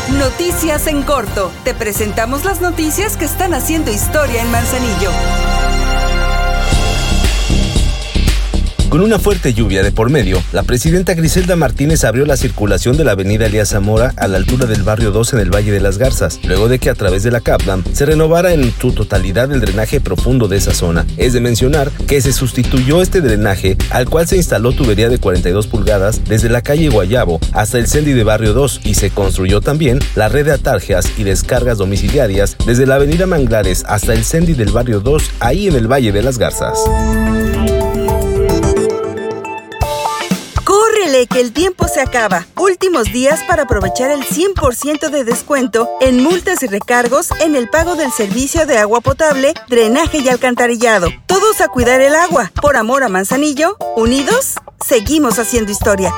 Noticias en corto. Te presentamos las noticias que están haciendo historia en Manzanillo. Con una fuerte lluvia de por medio, la presidenta Griselda Martínez abrió la circulación de la avenida Elías Zamora a la altura del barrio 2 en el Valle de las Garzas, luego de que a través de la CAPDAM se renovara en su totalidad el drenaje profundo de esa zona. Es de mencionar que se sustituyó este drenaje, al cual se instaló tubería de 42 pulgadas desde la calle Guayabo hasta el Cendi de barrio 2 y se construyó también la red de atarjas y descargas domiciliarias desde la avenida Manglares hasta el Cendi del barrio 2, ahí en el Valle de las Garzas. ¡Córrele, que el tiempo se acaba! Últimos días para aprovechar el 100% de descuento en multas y recargos en el pago del servicio de agua potable, drenaje y alcantarillado. Todos a cuidar el agua. Por amor a Manzanillo, unidos, seguimos haciendo historia.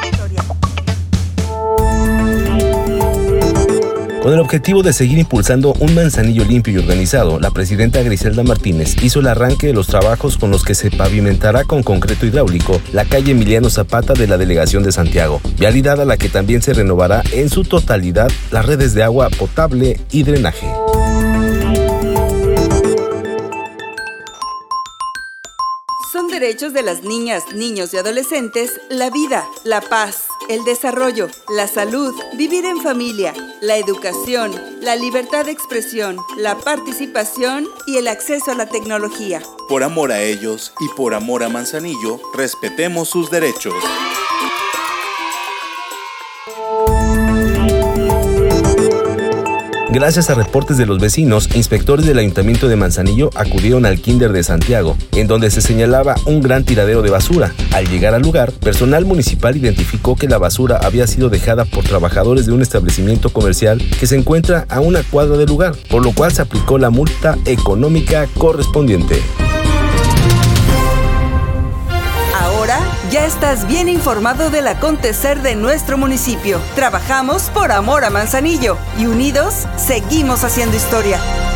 Con el objetivo de seguir impulsando un Manzanillo limpio y organizado, la presidenta Griselda Martínez hizo el arranque de los trabajos con los que se pavimentará con concreto hidráulico la calle Emiliano Zapata de la delegación de Santiago, vialidad a la que también se renovará en su totalidad las redes de agua potable y drenaje. Son derechos de las niñas, niños y adolescentes la vida, la paz, el desarrollo, la salud, vivir en familia, la educación, la libertad de expresión, la participación y el acceso a la tecnología. Por amor a ellos y por amor a Manzanillo, respetemos sus derechos. Gracias a reportes de los vecinos, inspectores del Ayuntamiento de Manzanillo acudieron al Kinder de Santiago, en donde se señalaba un gran tiradero de basura. Al llegar al lugar, personal municipal identificó que la basura había sido dejada por trabajadores de un establecimiento comercial que se encuentra a una cuadra del lugar, por lo cual se aplicó la multa económica correspondiente. Ya estás bien informado del acontecer de nuestro municipio. Trabajamos por amor a Manzanillo y unidos seguimos haciendo historia.